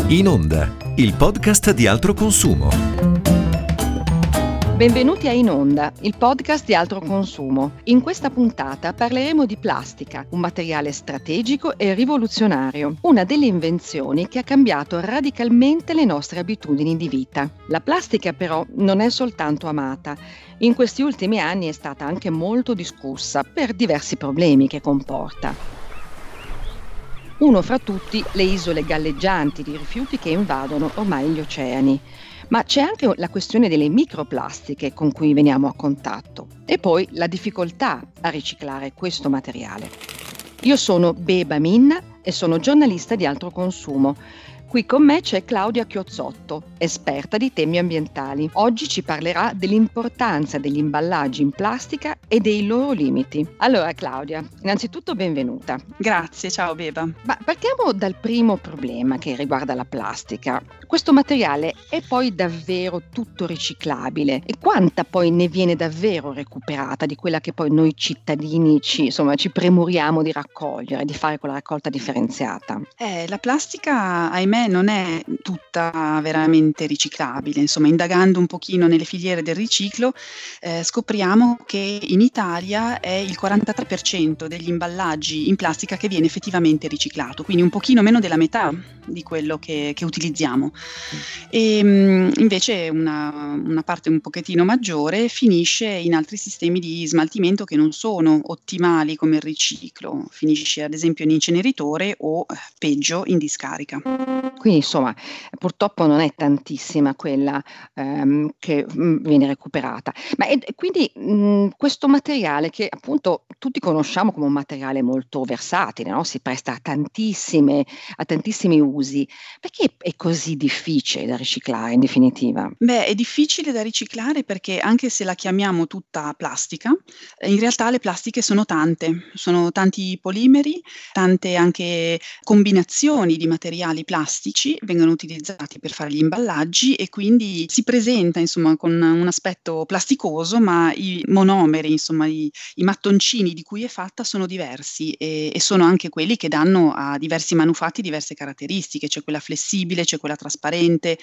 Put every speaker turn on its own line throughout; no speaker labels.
In Onda, il podcast di Altro Consumo.
Benvenuti a In Onda, il podcast di Altro Consumo. In questa puntata parleremo di plastica, un materiale strategico e rivoluzionario, una delle invenzioni che ha cambiato radicalmente le nostre abitudini di vita. La plastica però non è soltanto amata. In questi ultimi anni è stata anche molto discussa per diversi problemi che comporta. Uno fra tutti le isole galleggianti di rifiuti che invadono ormai gli oceani. Ma c'è anche la questione delle microplastiche con cui veniamo a contatto e poi la difficoltà a riciclare questo materiale. Io sono Beba Minna e sono giornalista di Altro Consumo. Qui con me c'è Claudia Chiozzotto, esperta di temi ambientali. Oggi ci parlerà dell'importanza degli imballaggi in plastica e dei loro limiti. Allora Claudia, innanzitutto benvenuta.
Grazie, ciao Beba.
Ma partiamo dal primo problema che riguarda la plastica. Questo materiale è poi davvero tutto riciclabile? E quanta poi ne viene davvero recuperata di quella che poi noi cittadini ci premuriamo di raccogliere, di fare quella raccolta differenziata?
La plastica, ahimè, non è tutta veramente riciclabile. Insomma, indagando un pochino nelle filiere del riciclo, scopriamo che in Italia è il 43% degli imballaggi in plastica che viene effettivamente riciclato, quindi un pochino meno della metà di quello che utilizziamo. E invece una parte un pochettino maggiore finisce in altri sistemi di smaltimento che non sono ottimali come il riciclo, finisce ad esempio in inceneritore o peggio in discarica.
Quindi insomma purtroppo non è tantissima quella che viene recuperata. Ma quindi questo materiale che appunto tutti conosciamo come un materiale molto versatile, no? Si presta a tantissimi usi, perché è così difficile da riciclare in definitiva?
Beh, è difficile da riciclare perché anche se la chiamiamo tutta plastica, in realtà le plastiche sono tante, sono tanti polimeri, tante anche combinazioni di materiali plastici vengono utilizzati per fare gli imballaggi e quindi si presenta insomma con un aspetto plasticoso, ma i monomeri, insomma i mattoncini di cui è fatta sono diversi e sono anche quelli che danno a diversi manufatti diverse caratteristiche, c'è quella flessibile, c'è quella trasparente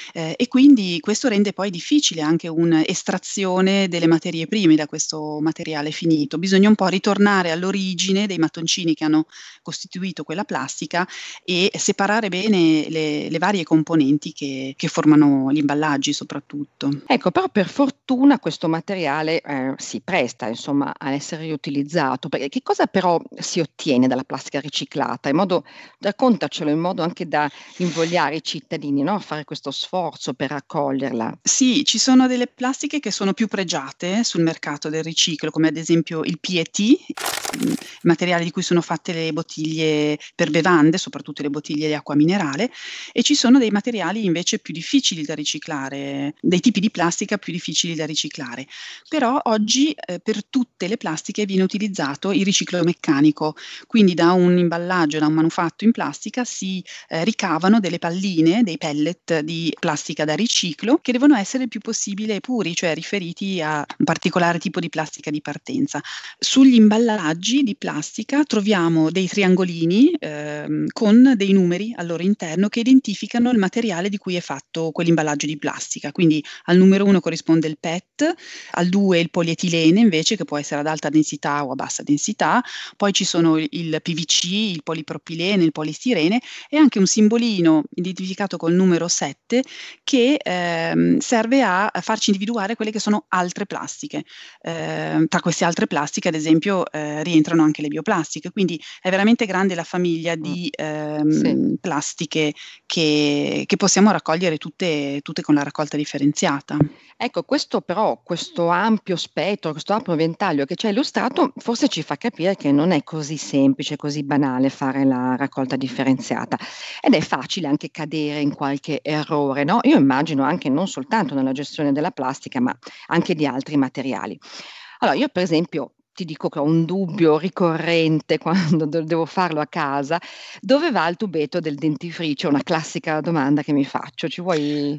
e quindi questo rende poi difficile anche un'estrazione delle materie prime da questo materiale finito. Bisogna un po' ritornare all'origine dei mattoncini che hanno costituito quella plastica e separare bene le varie componenti che formano gli imballaggi soprattutto.
Ecco, però per fortuna questo materiale si presta insomma a essere riutilizzato, perché che cosa però si ottiene dalla plastica riciclata? Raccontacelo in modo anche da invogliare i cittadini, no, a fare questo sforzo per raccoglierla.
Sì, ci sono delle plastiche che sono più pregiate sul mercato del riciclo, come ad esempio il PET, materiale di cui sono fatte le bottiglie per bevande, soprattutto le bottiglie di acqua minerale, e ci sono dei materiali invece più difficili da riciclare, dei tipi di plastica più difficili da riciclare. Però oggi per tutte le plastiche viene utilizzato il riciclo meccanico, quindi da un imballaggio, da un manufatto in plastica si ricavano delle palline, dei pellet di plastica da riciclo che devono essere il più possibile puri, cioè riferiti a un particolare tipo di plastica di partenza. Sugli imballaggi di plastica troviamo dei triangolini con dei numeri al loro interno che identificano il materiale di cui è fatto quell'imballaggio di plastica. Quindi al numero 1 corrisponde il PET, al 2 il polietilene invece che può essere ad alta densità o a bassa densità, poi ci sono il PVC, il polipropilene, il polistirene e anche un simbolino identificato col numero 7 che serve a farci individuare quelle che sono altre plastiche. Tra queste altre plastiche ad esempio rientrano anche le bioplastiche, quindi è veramente grande la famiglia di
Sì.
plastiche che possiamo raccogliere tutte con la raccolta differenziata.
Ecco, questo ampio spettro, questo ampio ventaglio che ci hai illustrato, forse ci fa capire che non è così semplice, così banale fare la raccolta differenziata ed è facile anche cadere in qualche errore, no? Io immagino anche non soltanto nella gestione della plastica, ma anche di altri materiali. Allora, io per esempio ti dico che ho un dubbio ricorrente quando devo farlo a casa, dove va il tubetto del dentifricio? Una classica domanda che mi faccio. Ci vuoi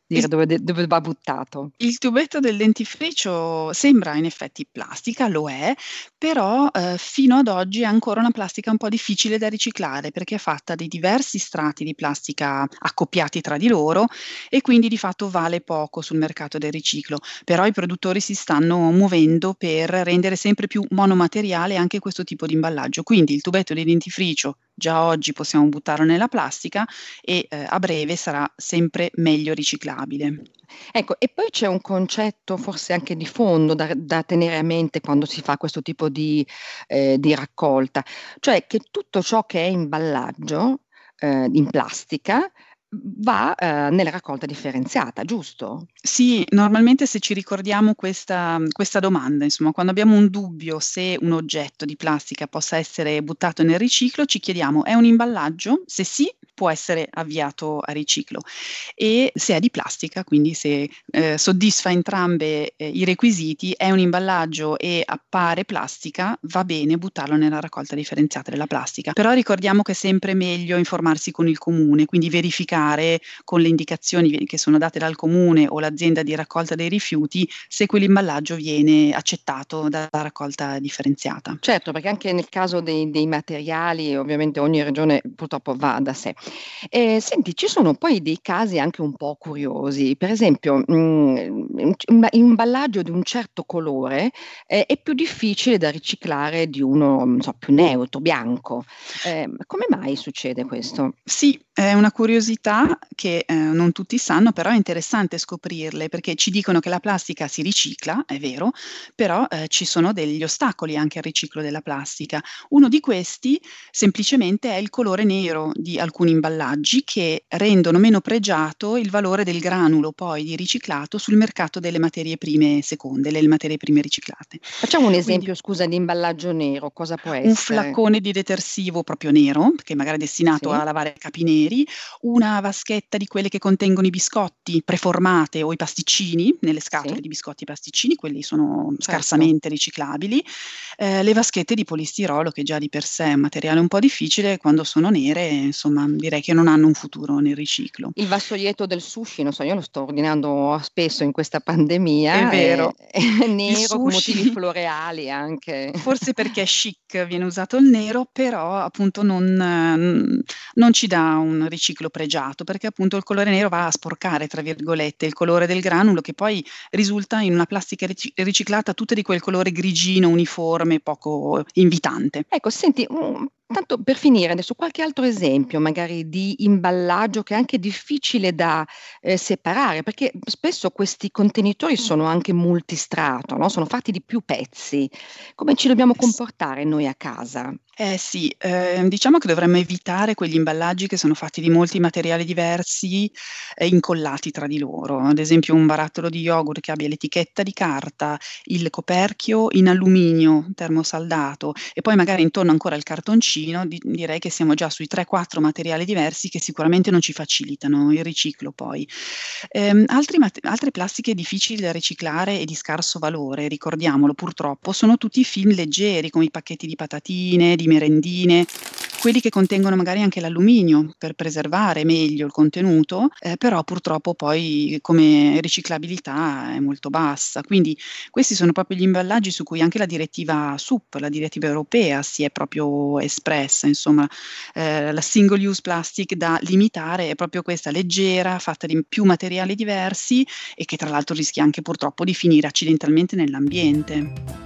dire dove va buttato.
Il tubetto del dentifricio sembra in effetti plastica, lo è, però, fino ad oggi è ancora una plastica un po' difficile da riciclare, perché è fatta di diversi strati di plastica accoppiati tra di loro e quindi di fatto vale poco sul mercato del riciclo. Però i produttori si stanno muovendo per rendere sempre più monomateriale anche questo tipo di imballaggio. Quindi il tubetto di dentifricio già oggi possiamo buttarlo nella plastica e, a breve sarà sempre meglio riciclabile.
Ecco, e poi c'è un concetto forse anche di fondo da tenere a mente quando si fa questo tipo di raccolta, cioè che tutto ciò che è imballaggio, in plastica, va, nella raccolta differenziata, giusto?
Sì, normalmente se ci ricordiamo questa domanda, insomma, quando abbiamo un dubbio se un oggetto di plastica possa essere buttato nel riciclo, ci chiediamo: è un imballaggio? Se sì, può essere avviato a riciclo. E se è di plastica, quindi se, soddisfa entrambe, i requisiti, è un imballaggio e appare plastica, va bene buttarlo nella raccolta differenziata della plastica. Però ricordiamo che è sempre meglio informarsi con il comune, quindi verificare con le indicazioni che sono date dal comune o l'azienda di raccolta dei rifiuti se quell'imballaggio viene accettato dalla raccolta differenziata.
Certo, perché anche nel caso dei materiali, ovviamente ogni regione purtroppo va da sé. Senti, ci sono poi dei casi anche un po' curiosi. Per esempio, un imballaggio di un certo colore, è più difficile da riciclare di uno, non so, più neutro, bianco. Come mai succede questo?
Sì, è una curiosità che, non tutti sanno, però è interessante scoprirle, perché ci dicono che la plastica si ricicla, è vero, però, ci sono degli ostacoli anche al riciclo della plastica. Uno di questi semplicemente è il colore nero di alcuni imballaggi che rendono meno pregiato il valore del granulo poi di riciclato sul mercato delle materie prime seconde, le materie prime riciclate.
Facciamo un
Quindi
esempio, scusa, di imballaggio nero, cosa può
un
essere?
flacone di detersivo proprio nero, che magari è destinato
Sì,
a lavare capi neri, una vaschetta di quelle che contengono i biscotti preformate o i pasticcini, nelle scatole
sì,
di biscotti e pasticcini, quelli sono
certo.
scarsamente riciclabili, le vaschette di polistirolo che già di per sé è un materiale un po' difficile, quando sono nere, insomma, direi che non hanno un futuro nel riciclo.
Il vassoietto del sushi, non so, io lo sto ordinando spesso in questa
È
pandemia,
vero,
è
il
nero con motivi
sushi
floreali anche.
forse perché è chic viene usato il nero, però appunto non ci dà un riciclo pregiato, perché appunto il colore nero va a "sporcare" tra virgolette il colore del granulo, che poi risulta in una plastica riciclata tutta di quel colore grigino, uniforme, poco invitante.
Ecco, senti, tanto per finire adesso qualche altro esempio magari di imballaggio che è anche difficile da, separare, perché spesso questi contenitori sono anche multistrato, no, sono fatti di più pezzi. Come ci dobbiamo
S
comportare noi a casa?
Eh sì, diciamo che dovremmo evitare quegli imballaggi che sono fatti di molti materiali diversi, incollati tra di loro. Ad esempio un barattolo di yogurt che abbia l'etichetta di carta, il coperchio in alluminio termosaldato e poi magari intorno ancora il cartoncino, direi che siamo già sui 3, 4 materiali diversi che sicuramente non ci facilitano il riciclo poi. Altre plastiche difficili da riciclare e di scarso valore, ricordiamolo purtroppo, sono tutti i film leggeri come i pacchetti di patatine, di merendine, quelli che contengono magari anche l'alluminio per preservare meglio il contenuto, però purtroppo poi come riciclabilità è molto bassa. Quindi questi sono proprio gli imballaggi su cui anche la direttiva SUP, la direttiva europea, si è proprio espressa, insomma, la single use plastic da limitare è proprio questa, leggera, fatta di più materiali diversi e che tra l'altro rischia anche purtroppo di finire accidentalmente nell'ambiente.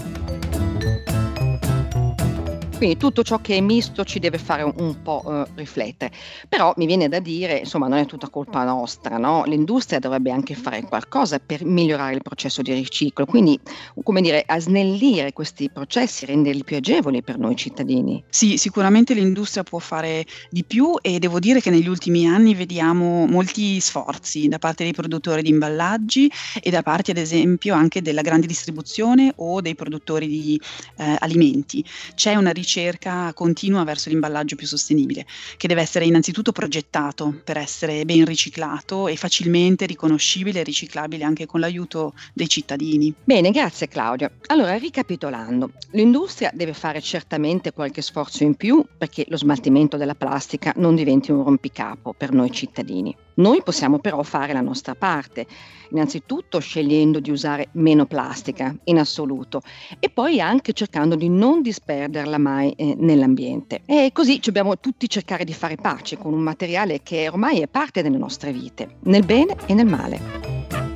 Quindi tutto ciò che è misto ci deve fare un po', riflettere. Però mi viene da dire, insomma, non è tutta colpa nostra, no, l'industria dovrebbe anche fare qualcosa per migliorare il processo di riciclo, quindi, come dire, a snellire questi processi, renderli più agevoli per noi cittadini.
Sì, sicuramente l'industria può fare di più e devo dire che negli ultimi anni vediamo molti sforzi da parte dei produttori di imballaggi e da parte, ad esempio, anche della grande distribuzione o dei produttori di, alimenti. C'è una ricerca continua verso l'imballaggio più sostenibile, che deve essere innanzitutto progettato per essere ben riciclato e facilmente riconoscibile e riciclabile anche con l'aiuto dei cittadini.
Bene, grazie Claudia. Allora, ricapitolando, l'industria deve fare certamente qualche sforzo in più perché lo smaltimento della plastica non diventi un rompicapo per noi cittadini. Noi possiamo però fare la nostra parte, innanzitutto scegliendo di usare meno plastica in assoluto e poi anche cercando di non disperderla mai nell'ambiente. E così dobbiamo tutti cercare di fare pace con un materiale che ormai è parte delle nostre vite, nel bene e nel male.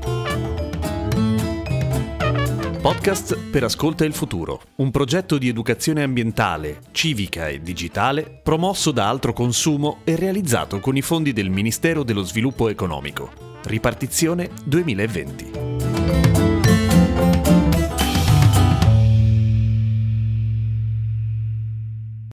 Podcast per Ascolta il Futuro, un progetto di educazione ambientale, civica e digitale promosso da Altro Consumo e realizzato con i fondi del Ministero dello Sviluppo Economico. Ripartizione 2020.